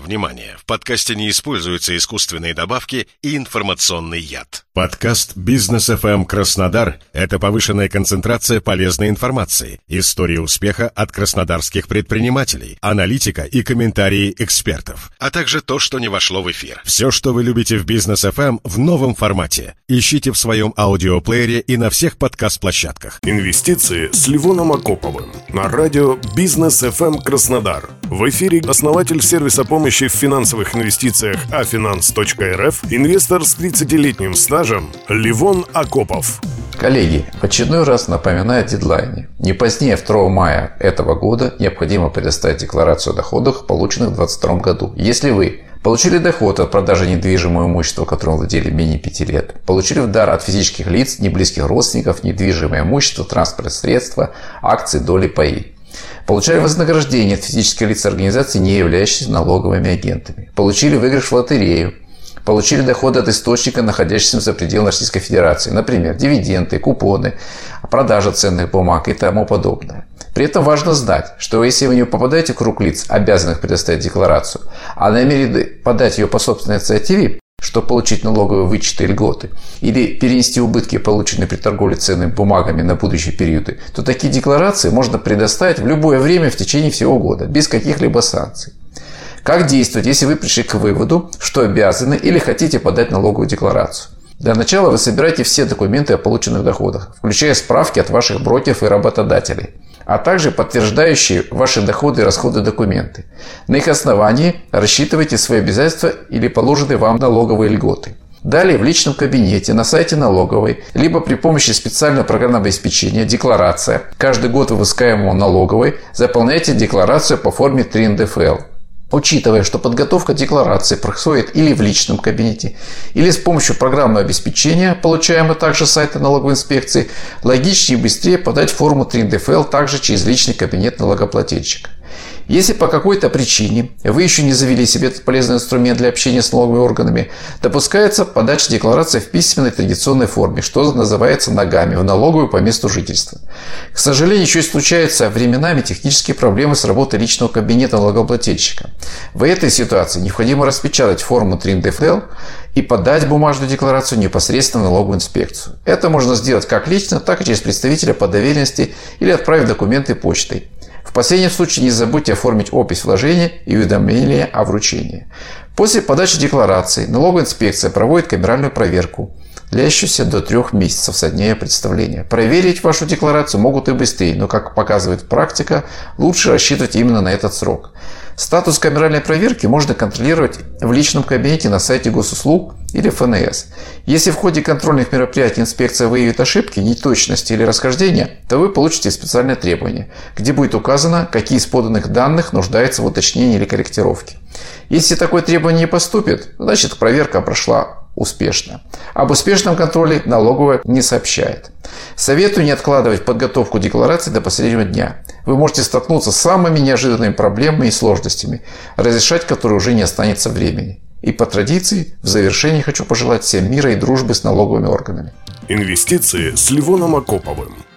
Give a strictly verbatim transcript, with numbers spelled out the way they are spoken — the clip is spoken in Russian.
Внимание! В подкасте не используются искусственные добавки и информационный яд. Подкаст «Бизнес эф эм Краснодар» — это повышенная концентрация полезной информации, истории успеха от краснодарских предпринимателей, аналитика и комментарии экспертов, А также то, что не вошло в эфир. все, что вы любите в «Бизнес эф эм» в новом формате. Ищите в своем аудиоплеере и на всех подкаст-площадках. Инвестиции с Левоном Акоповым на радио «Бизнес эф эм Краснодар». В эфире основатель сервиса помощи в финансовых инвестициях афинанс точка эр эф, инвестор с тридцатилетним стажем Левон Акопов. Коллеги, в очередной раз напоминаю о дедлайне. Не позднее второго мая этого года необходимо предоставить декларацию о доходах, полученных в две тысячи двадцать втором году. Если вы получили доход от продажи недвижимого имущества, которым владели менее пяти лет, получили в дар от физических лиц, неблизких родственников, недвижимое имущество, транспортные средства, акции, доли, паи. Получали вознаграждение от физических лиц организаций, не являющихся налоговыми агентами. Получили выигрыш в лотерею. Получили доходы от источника, находящегося за пределами Российской Федерации. Например, дивиденды, купоны, продажа ценных бумаг и тому подобное. При этом важно знать, что если вы не попадаете в круг лиц, обязанных предоставить декларацию, а намерены подать ее по собственной инициативе, чтобы получить налоговые вычеты и льготы, или перенести убытки, полученные при торговле ценными бумагами, на будущие периоды, то такие декларации можно предоставить в любое время в течение всего года, без каких-либо санкций. Как действовать, если вы пришли к выводу, что обязаны или хотите подать налоговую декларацию? Для начала вы собираете все документы о полученных доходах, включая справки от ваших брокеров и работодателей, а также подтверждающие ваши доходы и расходы документы. На их основании рассчитывайте свои обязательства или положенные вам налоговые льготы. Далее в личном кабинете, на сайте налоговой, либо при помощи специального программного обеспечения «Декларация», каждый год выпускаемого налоговой, заполняйте декларацию по форме три эн дэ эф эл. Учитывая, что подготовка декларации происходит или в личном кабинете, или с помощью программного обеспечения, получаемого также с сайта налоговой инспекции, логичнее и быстрее подать форму три эн дэ эф эл также через личный кабинет налогоплательщика. Если по какой-то причине вы еще не завели себе этот полезный инструмент для общения с налоговыми органами, допускается подача декларации в письменной традиционной форме, что называется ногами, в налоговую по месту жительства. К сожалению, еще и случаются временами технические проблемы с работой личного кабинета налогоплательщика. В этой ситуации необходимо распечатать форму три эн дэ эф эл и подать бумажную декларацию непосредственно в налоговую инспекцию. Это можно сделать как лично, так и через представителя по доверенности или отправив документы почтой. В последнем случае не забудьте оформить опись вложения и уведомление о вручении. После подачи декларации налоговая инспекция проводит камеральную проверку, длящуюся до трех месяцев со дня ее представления. Проверить вашу декларацию могут и быстрее, но, как показывает практика, лучше рассчитывать именно на этот срок. Статус камеральной проверки можно контролировать в личном кабинете на сайте госуслуг или эф эн эс. Если в ходе контрольных мероприятий инспекция выявит ошибки, неточности или расхождения, то вы получите специальное требование, где будет указано, какие из поданных данных нуждаются в уточнении или корректировке. Если такое требование не поступит, значит проверка прошла успешно. Об успешном контроле налоговая не сообщает. Советую не откладывать подготовку декларации до последнего дня. Вы можете столкнуться с самыми неожиданными проблемами и сложностями, разрешать которые уже не останется времени. И по традиции, в завершении хочу пожелать всем мира и дружбы с налоговыми органами. Инвестиции с Левоном Акоповым.